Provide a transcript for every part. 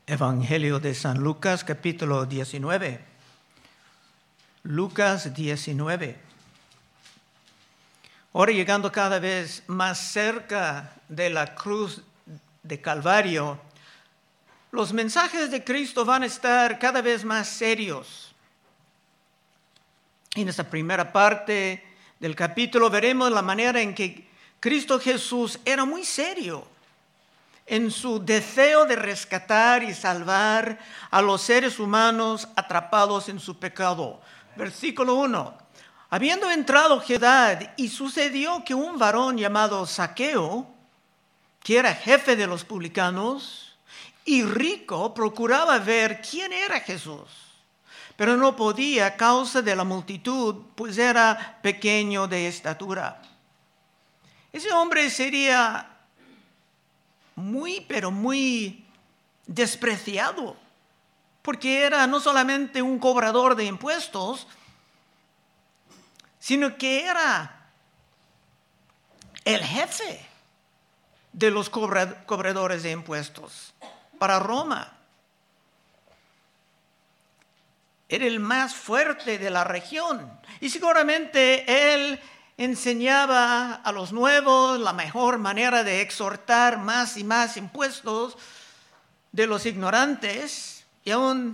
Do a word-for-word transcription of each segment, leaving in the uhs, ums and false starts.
Evangelio de San Lucas, capítulo diecinueve. Lucas diecinueve. Ahora llegando cada vez más cerca de la cruz de Calvario, los mensajes de Cristo van a estar cada vez más serios. En esta primera parte del capítulo veremos la manera en que Cristo Jesús era muy serio en su deseo de rescatar y salvar a los seres humanos atrapados en su pecado. Versículo uno. Habiendo entrado a ciudad, y sucedió que un varón llamado Zaqueo, que era jefe de los publicanos y rico, procuraba ver quién era Jesús, pero no podía a causa de la multitud, pues era pequeño de estatura. Ese hombre sería muy, pero muy despreciado, porque era no solamente un cobrador de impuestos, sino que era el jefe de los cobra- cobradores de impuestos para Roma. Era el más fuerte de la región y seguramente él enseñaba a los nuevos la mejor manera de exhortar más y más impuestos de los ignorantes, y aún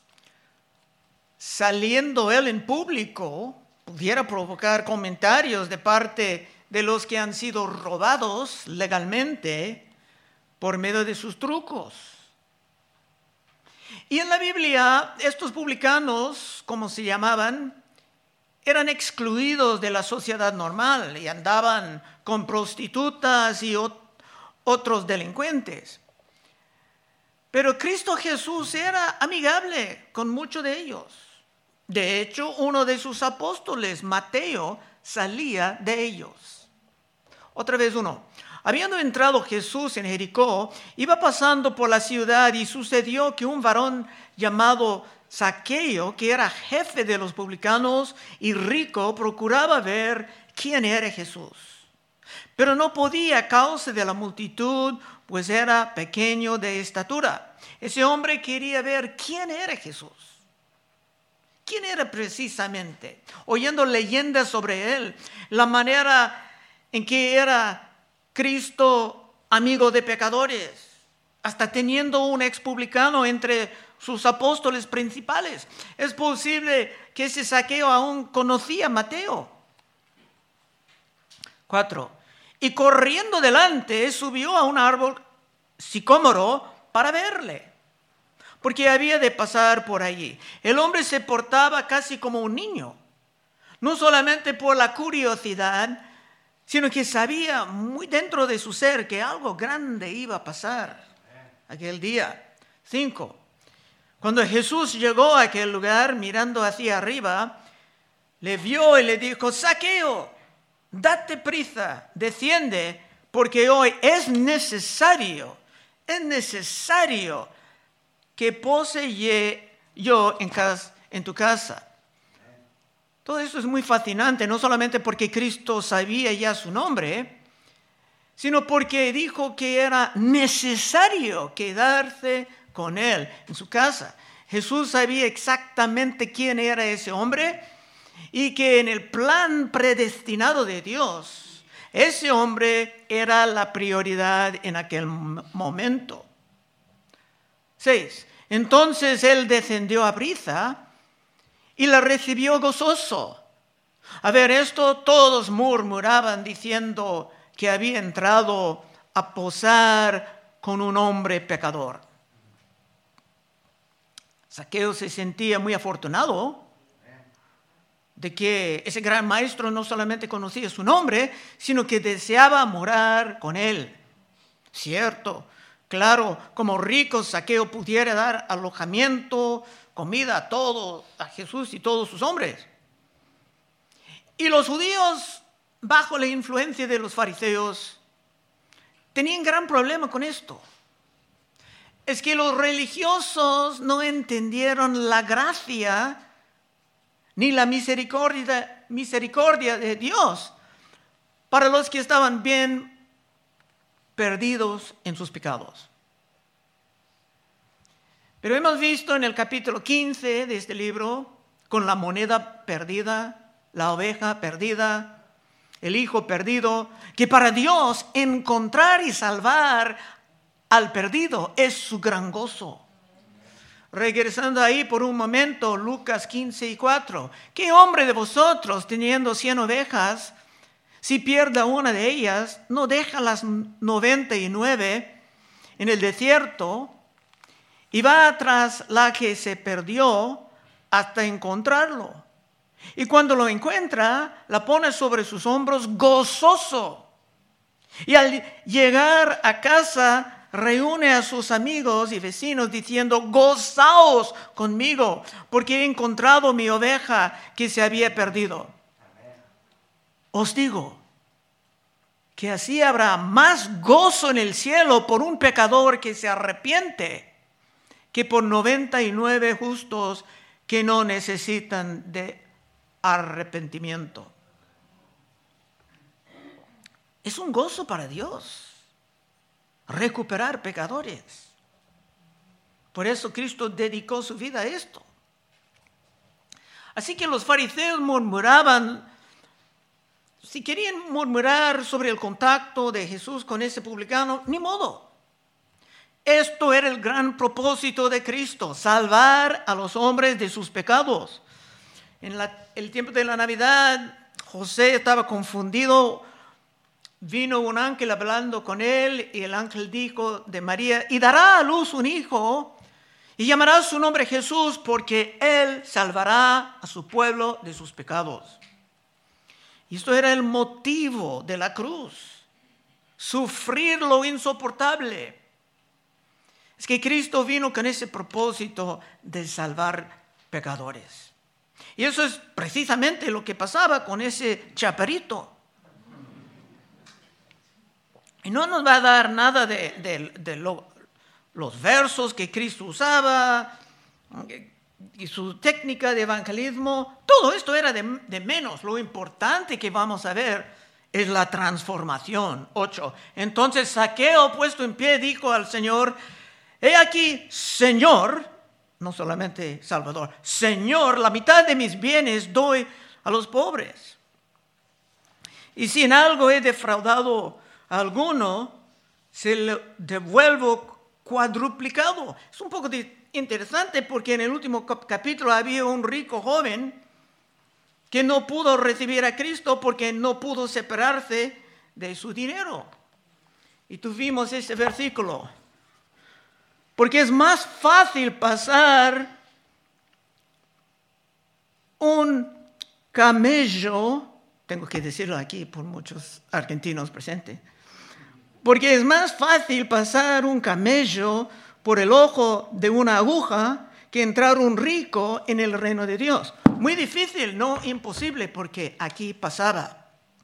saliendo él en público pudiera provocar comentarios de parte de los que han sido robados legalmente por medio de sus trucos. Y en la Biblia, estos publicanos, como se llamaban, eran excluidos de la sociedad normal y andaban con prostitutas y ot- otros delincuentes. Pero Cristo Jesús era amigable con muchos de ellos. De hecho, uno de sus apóstoles, Mateo, salía de ellos. Otra vez uno. Habiendo entrado Jesús en Jericó, iba pasando por la ciudad y sucedió que un varón llamado Zaqueo, que era jefe de los publicanos y rico, procuraba ver quién era Jesús. Pero no podía a causa de la multitud, pues era pequeño de estatura. Ese hombre quería ver quién era Jesús. ¿Quién era precisamente? Oyendo leyendas sobre él, la manera en que era Cristo amigo de pecadores, hasta teniendo un expublicano entre sus apóstoles principales. Es posible que ese Zaqueo aún conocía a Mateo. Cuatro. Y corriendo delante subió a un árbol sicómoro para verle, porque había de pasar por allí. El hombre se portaba casi como un niño, no solamente por la curiosidad, sino que sabía muy dentro de su ser que algo grande iba a pasar aquel día. Cinco. Cuando Jesús llegó a aquel lugar, mirando hacia arriba, le vio y le dijo: Zaqueo, date prisa, desciende, porque hoy es necesario, es necesario que pose yo en, casa, en tu casa. Todo esto es muy fascinante, no solamente porque Cristo sabía ya su nombre, sino porque dijo que era necesario quedarse con él en su casa. Jesús sabía exactamente quién era ese hombre y que en el plan predestinado de Dios, ese hombre era la prioridad en aquel momento. Seis. Entonces él descendió a prisa y la recibió gozoso. A ver esto, todos murmuraban diciendo que había entrado a posar con un hombre pecador. Zaqueo se sentía muy afortunado de que ese gran maestro no solamente conocía su nombre, sino que deseaba morar con él. Cierto, claro, como rico Zaqueo pudiera dar alojamiento, comida a todo, a Jesús y todos sus hombres. Y los judíos, bajo la influencia de los fariseos, tenían gran problema con esto. Es que los religiosos no entendieron la gracia ni la misericordia, misericordia de Dios para los que estaban bien perdidos en sus pecados. Pero hemos visto en el capítulo quince de este libro, con la moneda perdida, la oveja perdida, el hijo perdido, que para Dios encontrar y salvar al perdido es su gran gozo. Regresando ahí por un momento, Lucas quince y cuatro. ¿Qué hombre de vosotros, teniendo cien ovejas, si pierde una de ellas, no deja las noventa y nueve en el desierto y va tras la que se perdió hasta encontrarlo? Y cuando lo encuentra, la pone sobre sus hombros gozoso. Y al llegar a casa, reúne a sus amigos y vecinos diciendo: gozaos conmigo, porque he encontrado mi oveja que se había perdido. Os digo que así habrá más gozo en el cielo por un pecador que se arrepiente que por noventa y nueve justos que no necesitan de arrepentimiento. Es un gozo para Dios recuperar pecadores. Por eso Cristo dedicó su vida a esto. Así que los fariseos murmuraban. Si querían murmurar sobre el contacto de Jesús con ese publicano, ni modo. Esto era el gran propósito de Cristo: salvar a los hombres de sus pecados. En la, el tiempo de la Navidad, José estaba confundido. Vino un ángel hablando con él y el ángel dijo de María: y dará a luz un hijo y llamará su nombre Jesús, porque él salvará a su pueblo de sus pecados. Y esto era el motivo de la cruz: sufrir lo insoportable. Es que Cristo vino con ese propósito de salvar pecadores. Y eso es precisamente lo que pasaba con ese chaparrito. Y no nos va a dar nada de, de, de lo, los versos que Cristo usaba y su técnica de evangelismo. Todo esto era de, de menos. Lo importante que vamos a ver es la transformación. ocho. Entonces Zaqueo, puesto en pie, dijo al Señor: he aquí, Señor, no solamente Salvador, Señor, la mitad de mis bienes doy a los pobres. Y si en algo he defraudado a alguno, se lo devuelvo cuadruplicado. Es un poco de, interesante porque en el último capítulo había un rico joven que no pudo recibir a Cristo porque no pudo separarse de su dinero. Y tuvimos ese versículo. Porque es más fácil pasar un camello, tengo que decirlo aquí por muchos argentinos presentes, porque es más fácil pasar un camello por el ojo de una aguja que entrar un rico en el reino de Dios. Muy difícil, no imposible, porque aquí pasaba.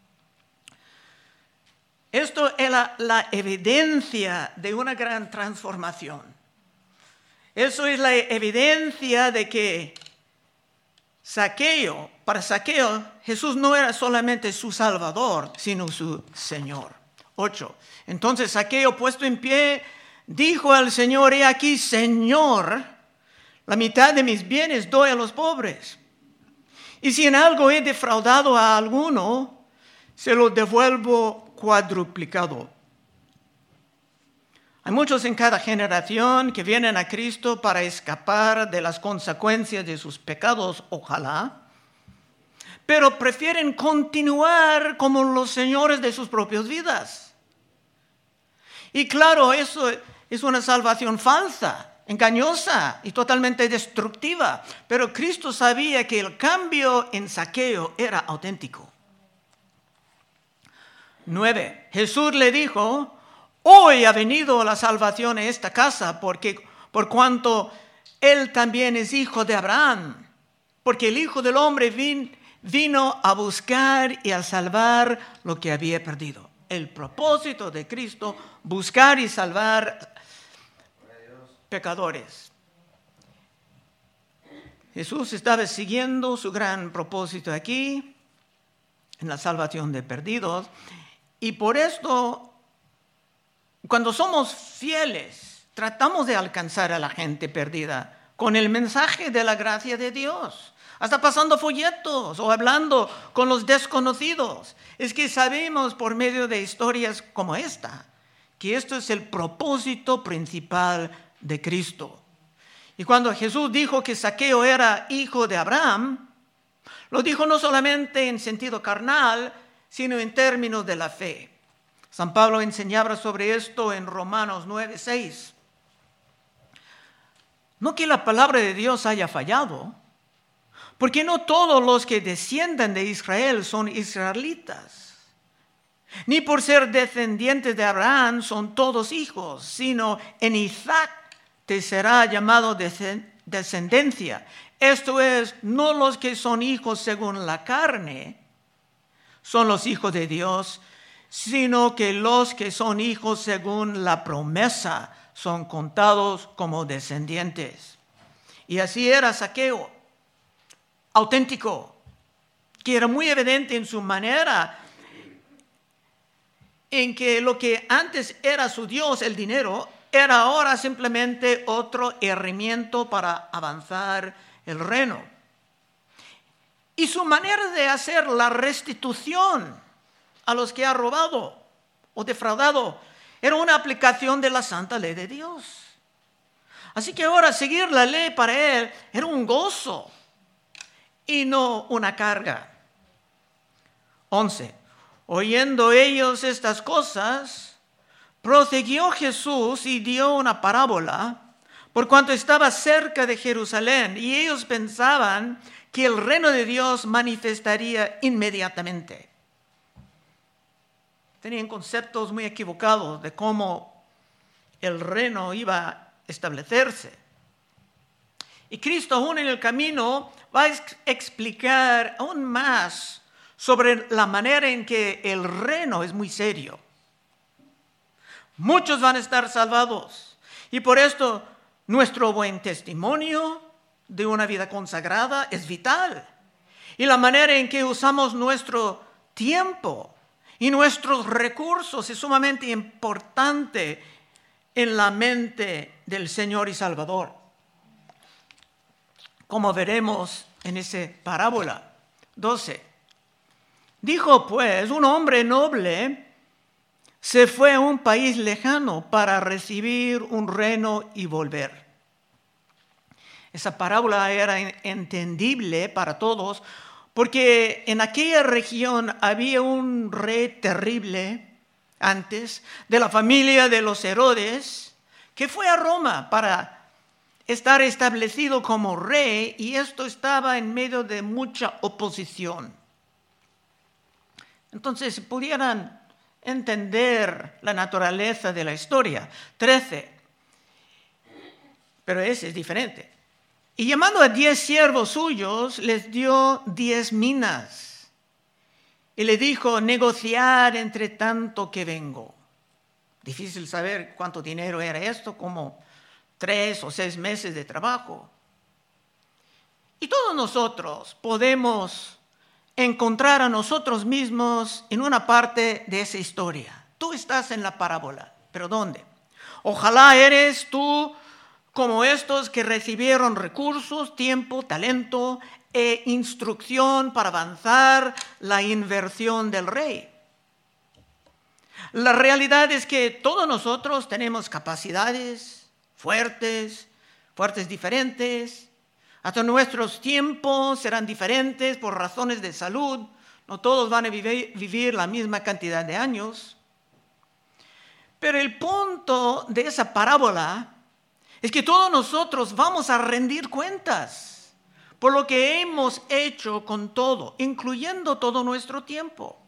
Esto era la evidencia de una gran transformación. Eso es la evidencia de que Zaqueo, para Zaqueo, Jesús no era solamente su Salvador, sino su Señor. ocho. Entonces Zaqueo, puesto en pie, dijo al Señor: he aquí, Señor, la mitad de mis bienes doy a los pobres. Y si en algo he defraudado a alguno, se lo devuelvo cuadruplicado. Hay muchos en cada generación que vienen a Cristo para escapar de las consecuencias de sus pecados, ojalá, pero prefieren continuar como los señores de sus propias vidas. Y claro, eso es una salvación falsa, engañosa y totalmente destructiva. Pero Cristo sabía que el cambio en Zaqueo era auténtico. nueve. Jesús le dijo: hoy ha venido la salvación a esta casa, porque por cuanto él también es hijo de Abraham. Porque el Hijo del Hombre vin, vino a buscar y a salvar lo que había perdido. El propósito de Cristo: buscar y salvar pecadores. Jesús estaba siguiendo su gran propósito aquí, en la salvación de perdidos. Y por esto, cuando somos fieles tratamos de alcanzar a la gente perdida con el mensaje de la gracia de Dios, hasta pasando folletos o hablando con los desconocidos. Es que sabemos por medio de historias como esta que esto es el propósito principal de Cristo. Y cuando Jesús dijo que Zaqueo era hijo de Abraham, lo dijo no solamente en sentido carnal, sino en términos de la fe. San Pablo enseñaba sobre esto en Romanos nueve, seis. No que la palabra de Dios haya fallado, porque no todos los que desciendan de Israel son israelitas, ni por ser descendientes de Abraham son todos hijos, sino en Isaac te será llamado descendencia. Esto es, no los que son hijos según la carne son los hijos de Dios, sino que los que son hijos según la promesa son contados como descendientes. Y así era Zaqueo, auténtico, que era muy evidente en su manera, en que lo que antes era su Dios, el dinero, era ahora simplemente otro herramienta para avanzar el reino. Y su manera de hacer la restitución a los que ha robado o defraudado era una aplicación de la santa ley de Dios. Así que ahora seguir la ley para él era un gozo y no una carga. once. Oyendo ellos estas cosas, prosiguió Jesús y dio una parábola, por cuanto estaba cerca de Jerusalén, y ellos pensaban que el reino de Dios manifestaría inmediatamente. Tenían conceptos muy equivocados de cómo el reino iba a establecerse. Y Cristo aún en el camino va a explicar aún más sobre la manera en que el reino es muy serio. Muchos van a estar salvados. Y por esto nuestro buen testimonio de una vida consagrada es vital. Y la manera en que usamos nuestro tiempo y nuestros recursos es sumamente importante en la mente del Señor y Salvador. Como veremos en esa parábola. doce. Dijo pues, un hombre noble se fue a un país lejano para recibir un reino y volver. Esa parábola era entendible para todos porque en aquella región había un rey terrible antes de la familia de los Herodes que fue a Roma para estar establecido como rey, y esto estaba en medio de mucha oposición. Entonces, si pudieran entender la naturaleza de la historia. trece. Pero ese es diferente. Y llamando a diez siervos suyos, les dio diez minas. Y le dijo, negociar entre tanto que vengo. Difícil saber cuánto dinero era esto, como tres o seis meses de trabajo. Y todos nosotros podemos encontrar a nosotros mismos en una parte de esa historia. Tú estás en la parábola, pero ¿dónde? Ojalá eres tú como estos que recibieron recursos, tiempo, talento e instrucción para avanzar la inversión del rey. La realidad es que todos nosotros tenemos capacidades fuertes, fuertes diferentes. Hasta nuestros tiempos serán diferentes por razones de salud. No todos van a vivir, vivir la misma cantidad de años. Pero el punto de esa parábola es que todos nosotros vamos a rendir cuentas por lo que hemos hecho con todo, incluyendo todo nuestro tiempo.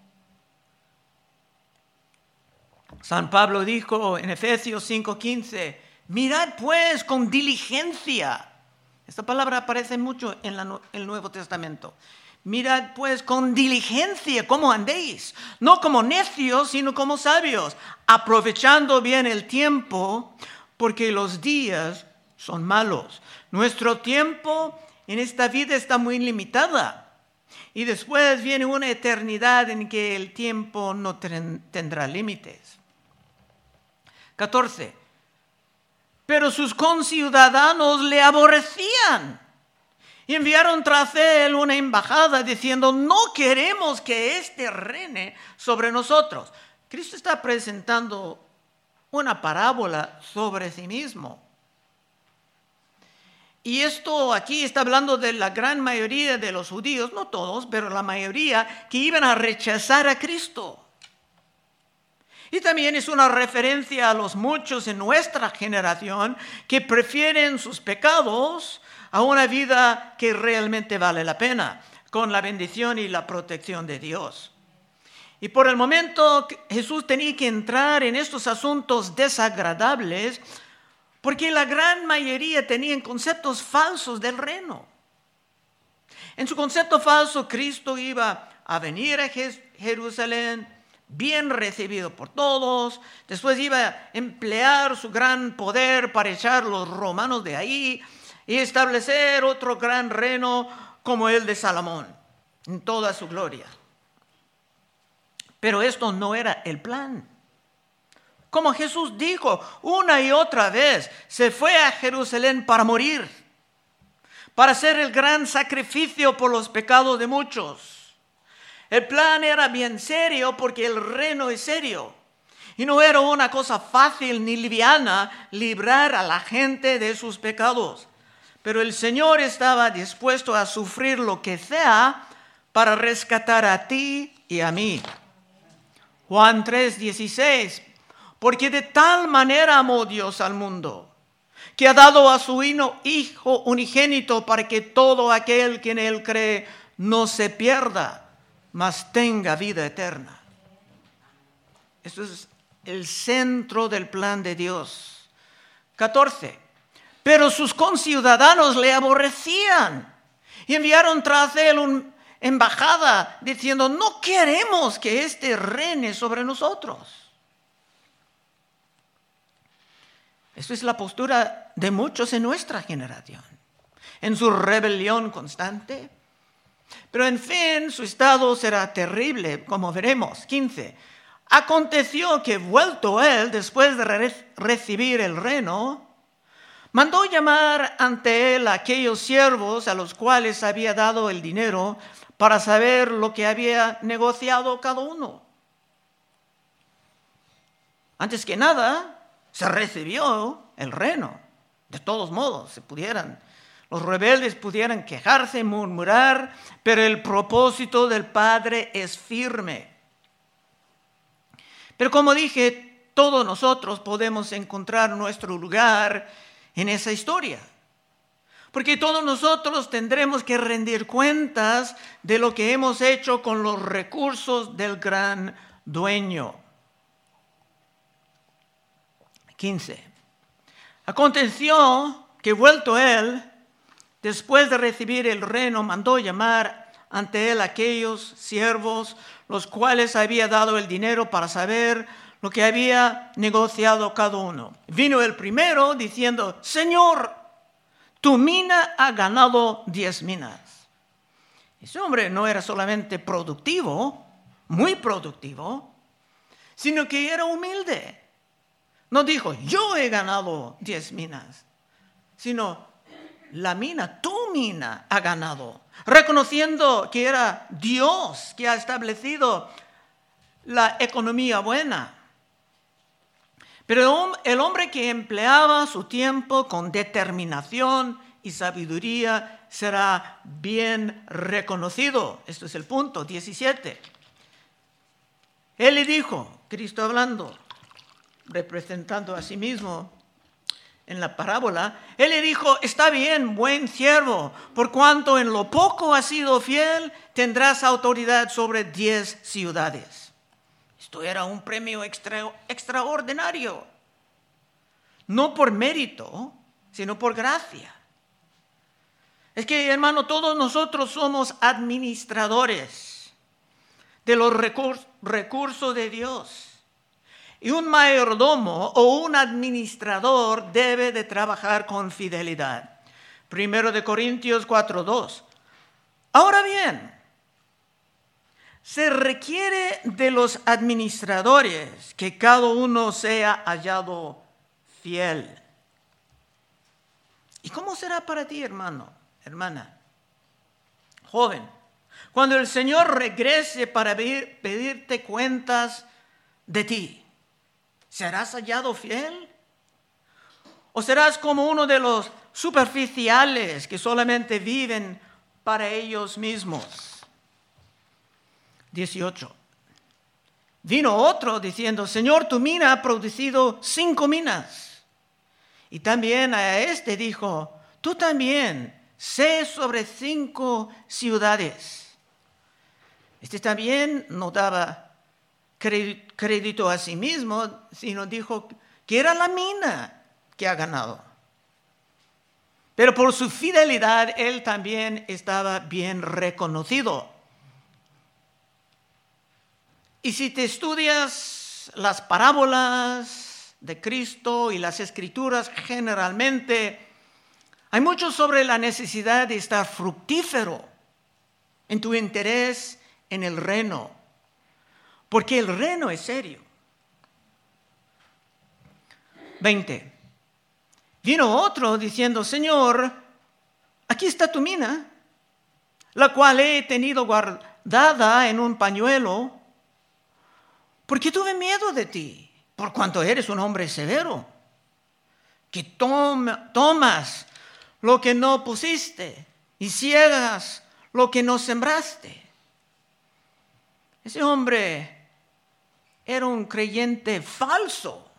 San Pablo dijo en Efesios cinco quince, mirad pues con diligencia. Esta palabra aparece mucho en la, el Nuevo Testamento. Mirad pues con diligencia cómo andéis, no como necios, sino como sabios, aprovechando bien el tiempo, porque los días son malos. Nuestro tiempo en esta vida está muy limitada. Y después viene una eternidad en que el tiempo no ten, tendrá límites. catorce. Pero sus conciudadanos le aborrecían. Y enviaron tras él una embajada diciendo, no queremos que éste reine sobre nosotros. Cristo está presentando una parábola sobre sí mismo. Y esto aquí está hablando de la gran mayoría de los judíos, no todos, pero la mayoría que iban a rechazar a Cristo. Y también es una referencia a los muchos en nuestra generación que prefieren sus pecados a una vida que realmente vale la pena, con la bendición y la protección de Dios. Y por el momento Jesús tenía que entrar en estos asuntos desagradables porque la gran mayoría tenían conceptos falsos del reino. En su concepto falso, Cristo iba a venir a Jerusalén, bien recibido por todos, después iba a emplear su gran poder para echar a los romanos de ahí y establecer otro gran reino como el de Salomón, en toda su gloria. Pero esto no era el plan. Como Jesús dijo una y otra vez, se fue a Jerusalén para morir, para hacer el gran sacrificio por los pecados de muchos. El plan era bien serio porque el reino es serio. Y no era una cosa fácil ni liviana librar a la gente de sus pecados. Pero el Señor estaba dispuesto a sufrir lo que sea para rescatar a ti y a mí. Juan tres dieciséis, porque de tal manera amó Dios al mundo, que ha dado a su Hijo unigénito para que todo aquel que en Él cree no se pierda, mas tenga vida eterna. Esto es el centro del plan de Dios. catorce. Pero sus conciudadanos le aborrecían y enviaron tras él una embajada diciendo, no queremos que éste reine sobre nosotros. Esta es la postura de muchos en nuestra generación, en su rebelión constante. Pero en fin, su estado será terrible, como veremos. quince. Aconteció que vuelto él, después de re- recibir el reino, mandó llamar ante él a aquellos siervos a los cuales había dado el dinero para saber lo que había negociado cada uno. Antes que nada, se recibió el reino. De todos modos, se pudieran, los rebeldes pudieran quejarse, murmurar, pero el propósito del Padre es firme. Pero como dije, todos nosotros podemos encontrar nuestro lugar en esa historia. Porque todos nosotros tendremos que rendir cuentas de lo que hemos hecho con los recursos del gran dueño. quince. Aconteció que vuelto él, después de recibir el reino, mandó llamar ante él aquellos siervos, los cuales había dado el dinero para saber lo que había negociado cada uno. Vino el primero diciendo, Señor, tu mina ha ganado diez minas. Ese hombre no era solamente productivo, muy productivo, sino que era humilde. No dijo, yo he ganado diez minas, sino la mina, tu mina ha ganado, reconociendo que era Dios que ha establecido la economía buena. Pero el hombre que empleaba su tiempo con determinación y sabiduría será bien reconocido. Esto es el punto diecisiete. Él le dijo, Cristo hablando, representando a sí mismo en la parábola, él le dijo, está bien, buen siervo, por cuanto en lo poco has sido fiel, tendrás autoridad sobre diez ciudades. Esto era un premio extra, extraordinario, no por mérito, sino por gracia. Es que, hermano, todos nosotros somos administradores de los recursos, recursos de Dios. Y un mayordomo o un administrador debe de trabajar con fidelidad. Primero de Corintios cuatro dos. Ahora bien, se requiere de los administradores que cada uno sea hallado fiel. ¿Y cómo será para ti, hermano, hermana, joven, cuando el Señor regrese para pedir, pedirte cuentas de ti? ¿Serás hallado fiel? ¿O serás como uno de los superficiales que solamente viven para ellos mismos? dieciocho. Vino otro diciendo: Señor, tu mina ha producido cinco minas. Y también a este dijo: tú también sé sobre cinco ciudades. Este también no daba crédito a sí mismo, sino dijo que era la mina que ha ganado. Pero por su fidelidad él también estaba bien reconocido. Y si te estudias las parábolas de Cristo y las Escrituras generalmente, hay mucho sobre la necesidad de estar fructífero en tu interés en el reino, porque el reino es serio. veinte. Vino otro diciendo: Señor, aquí está tu mina, la cual he tenido guardada en un pañuelo, porque tuve miedo de ti, por cuanto eres un hombre severo, que toma, tomas lo que no pusiste y ciegas lo que no sembraste. Ese hombre era un creyente falso.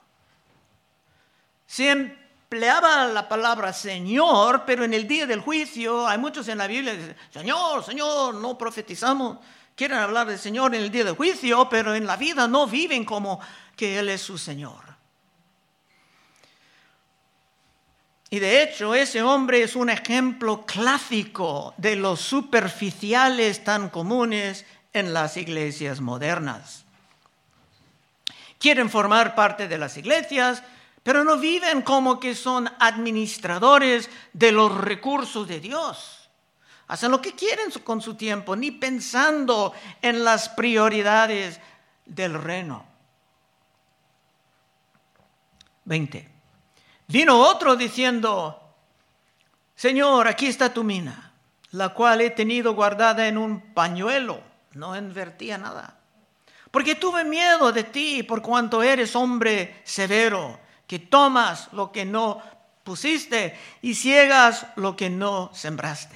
Se empleaba la palabra Señor, pero en el día del juicio hay muchos en la Biblia que dicen: Señor, Señor, no profetizamos. Quieren hablar del Señor en el día del juicio, pero en la vida no viven como que Él es su Señor. Y de hecho, ese hombre es un ejemplo clásico de los superficiales tan comunes en las iglesias modernas. Quieren formar parte de las iglesias, pero no viven como que son administradores de los recursos de Dios. Hacen lo que quieren con su tiempo, ni pensando en las prioridades del reino. veinte. Vino otro diciendo: Señor, aquí está tu mina, la cual he tenido guardada en un pañuelo. No invertía nada. Porque tuve miedo de ti, por cuanto eres hombre severo, que tomas lo que no pusiste y ciegas lo que no sembraste.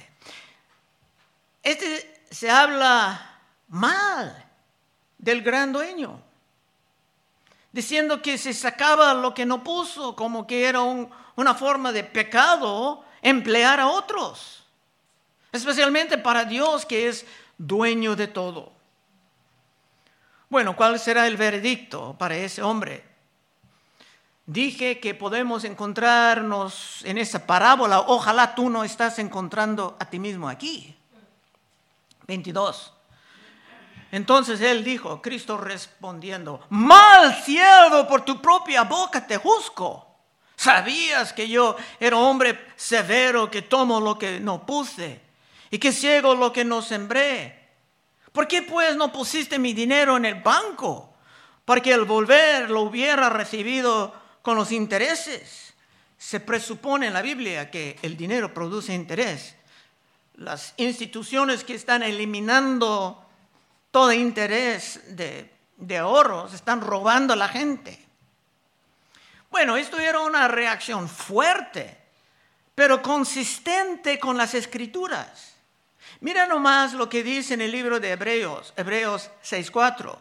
Este se habla mal del gran dueño, diciendo que se sacaba lo que no puso, como que era un, una forma de pecado emplear a otros, especialmente para Dios, que es dueño de todo. Bueno, ¿cuál será el veredicto para ese hombre? Dije que podemos encontrarnos en esa parábola. Ojalá tú no estás encontrando a ti mismo aquí. veintidós. Entonces él dijo, Cristo respondiendo: mal siervo, por tu propia boca te juzgo. Sabías que yo era hombre severo, que tomo lo que no puse y que ciego lo que no sembré. ¿Por qué pues no pusiste mi dinero en el banco, para que al volver lo hubiera recibido con los intereses? Se presupone en la Biblia que el dinero produce interés. Las instituciones que están eliminando todo interés de, de ahorros están robando a la gente. Bueno, esto era una reacción fuerte, pero consistente con las Escrituras. Mira nomás lo que dice en el libro de Hebreos, Hebreos seis cuatro.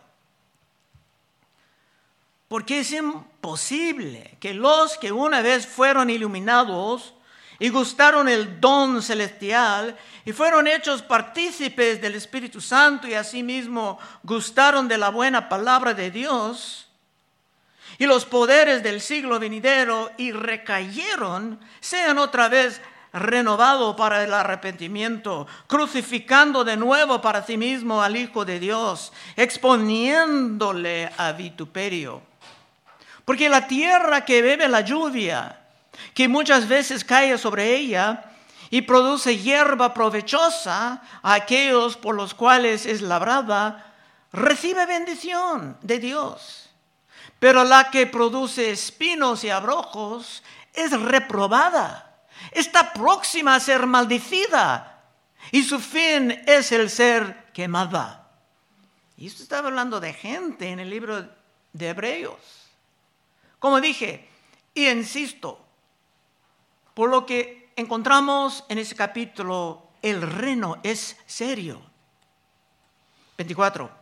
Porque es imposible que los que una vez fueron iluminados y gustaron el don celestial y fueron hechos partícipes del Espíritu Santo y asimismo gustaron de la buena palabra de Dios y los poderes del siglo venidero y recayeron, sean otra vez renovados para el arrepentimiento, crucificando de nuevo para sí mismo al Hijo de Dios, exponiéndole a vituperio. Porque la tierra que bebe la lluvia, que muchas veces cae sobre ella y produce hierba provechosa a aquellos por los cuales es labrada, recibe bendición de Dios. Pero la que produce espinos y abrojos es reprobada está próxima a ser maldecida y su fin es el ser quemada. Y esto estaba hablando de gente en el libro de Hebreos. Como dije, y insisto, por lo que encontramos en ese capítulo, el reino es serio. veinticuatro.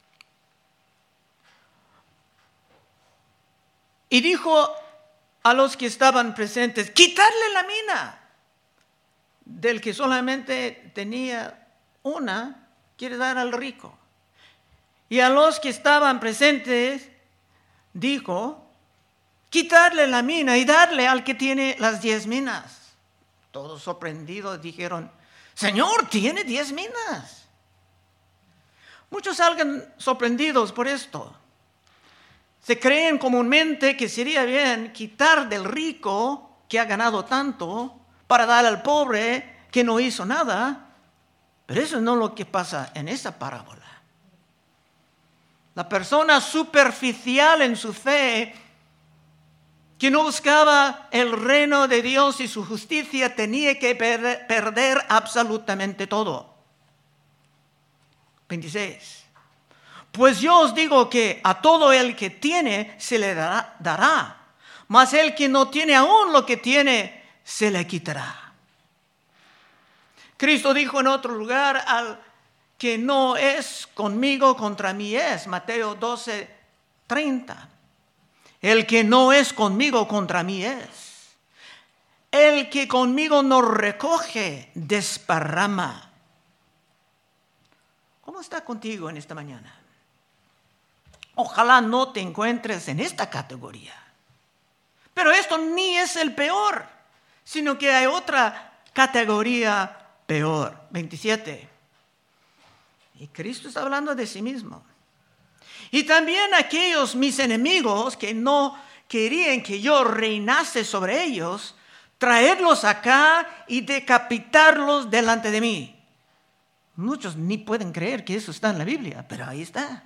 Y dijo a los que estaban presentes, quitarle la mina. Del que solamente tenía una, quiere dar al rico. Y a los que estaban presentes, dijo, quitarle la mina y darle al que tiene las diez minas. Todos sorprendidos dijeron, Señor, tiene diez minas. Muchos salgan sorprendidos por esto. Se creen comúnmente que sería bien quitar del rico que ha ganado tanto para dar al pobre que no hizo nada. Pero eso no es lo que pasa en esa parábola. La persona superficial en su fe, que no buscaba el reino de Dios y su justicia, tenía que perder, perder absolutamente todo. veintiséis. Pues yo os digo que a todo el que tiene se le dará, dará, mas el que no tiene aún lo que tiene se le quitará. Cristo dijo en otro lugar, al que no es conmigo, contra mí es. Mateo doce, treinta. El que no es conmigo, contra mí es. El que conmigo no recoge, desparrama. ¿Cómo está contigo en esta mañana? Ojalá no te encuentres en esta categoría. Pero esto ni es el peor, sino que hay otra categoría peor. veintisiete. Y Cristo está hablando de sí mismo. Y también aquellos mis enemigos que no querían que yo reinase sobre ellos, traedlos acá y decapitarlos delante de mí. Muchos ni pueden creer que eso está en la Biblia, pero ahí está.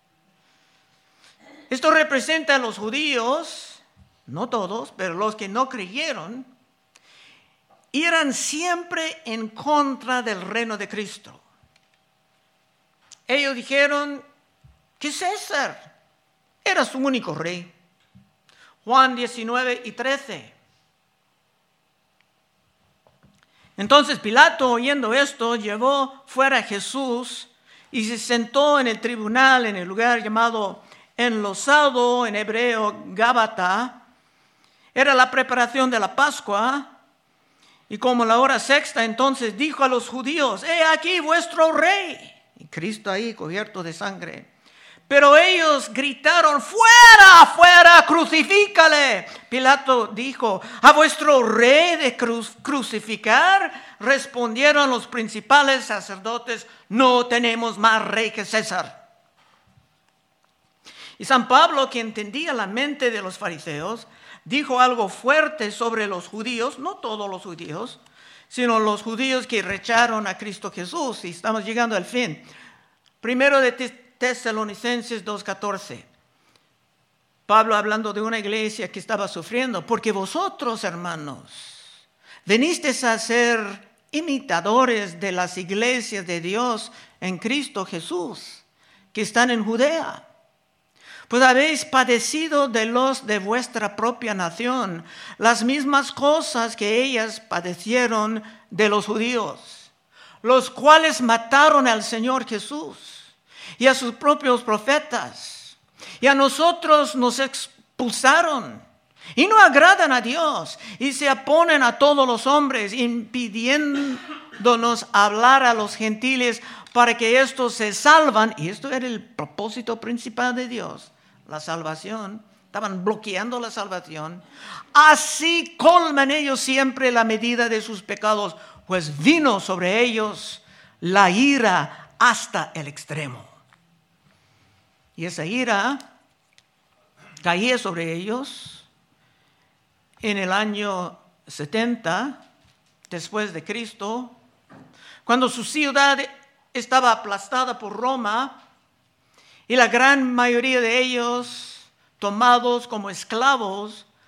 Esto representa a los judíos, no todos, pero los que no creyeron, eran siempre en contra del reino de Cristo. Ellos dijeron que César era su único rey. Juan diecinueve y trece. Entonces Pilato, oyendo esto, llevó fuera a Jesús y se sentó en el tribunal en el lugar llamado enlosado, en hebreo Gábata. Era la preparación de la Pascua. Y como la hora sexta, entonces dijo a los judíos, he aquí vuestro rey. Y Cristo ahí cubierto de sangre. Pero ellos gritaron, fuera, fuera, crucifícale. Pilato dijo, ¿a vuestro rey de cru- crucificar? Respondieron los principales sacerdotes, no tenemos más rey que César. Y San Pablo, que entendía la mente de los fariseos, dijo algo fuerte sobre los judíos, no todos los judíos, sino los judíos que rechazaron a Cristo Jesús. Y estamos llegando al fin. Primero de Tesalonicenses dos catorce. Pablo hablando de una iglesia que estaba sufriendo. Porque vosotros, hermanos, venisteis a ser imitadores de las iglesias de Dios en Cristo Jesús, que están en Judea. Pues habéis padecido de los de vuestra propia nación las mismas cosas que ellas padecieron de los judíos, los cuales mataron al Señor Jesús y a sus propios profetas, y a nosotros nos expulsaron, y no agradan a Dios, y se oponen a todos los hombres, impidiéndonos hablar a los gentiles para que estos se salvan. Y esto era el propósito principal de Dios, la salvación. Estaban bloqueando la salvación. Así colman ellos siempre la medida de sus pecados, pues vino sobre ellos la ira hasta el extremo. Y esa ira caía sobre ellos en el año setenta después de Cristo, cuando su ciudad estaba aplastada por Roma y la gran mayoría de ellos tomados como esclavos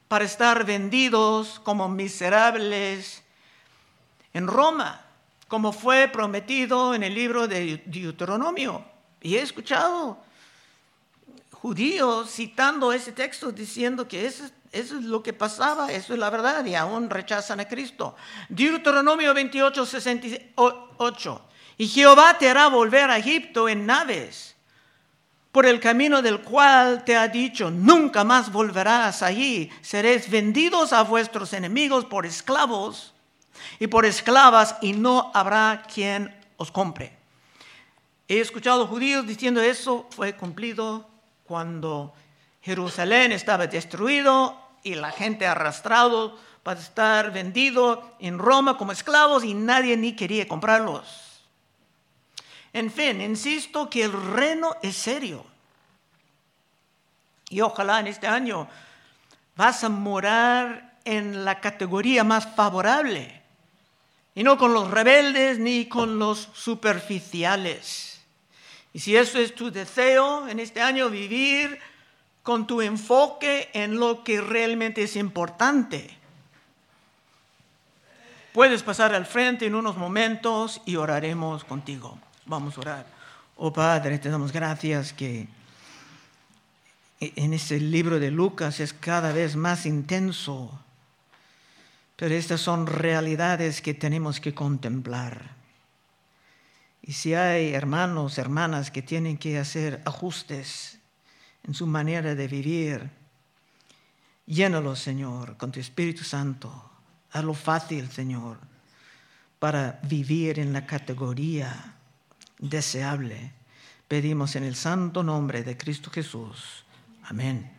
para estar vendidos como miserables en Roma, como fue prometido en el libro de Deuteronomio. Y he escuchado judíos citando ese texto diciendo que eso, eso es lo que pasaba, eso es la verdad, y aún rechazan a Cristo. Deuteronomio veintiocho, sesenta y ocho. Y Jehová te hará volver a Egipto en naves, por el camino del cual te ha dicho, nunca más volverás allí. Seréis vendidos a vuestros enemigos por esclavos y por esclavas, y no habrá quien os compre. He escuchado judíos diciendo eso fue cumplido cuando Jerusalén estaba destruido y la gente arrastrado para estar vendido en Roma como esclavos y nadie ni quería comprarlos. En fin, insisto que el reino es serio. Y ojalá en este año vas a morar en la categoría más favorable y no con los rebeldes ni con los superficiales. Y si eso es tu deseo en este año, vivir con tu enfoque en lo que realmente es importante, puedes pasar al frente en unos momentos y oraremos contigo. Vamos a orar. Oh Padre, te damos gracias que en este libro de Lucas es cada vez más intenso, pero estas son realidades que tenemos que contemplar. Y si hay hermanos, hermanas que tienen que hacer ajustes en su manera de vivir, llénalos, Señor, con tu Espíritu Santo. Hazlo fácil, Señor, para vivir en la categoría deseable. Pedimos en el santo nombre de Cristo Jesús. Amén.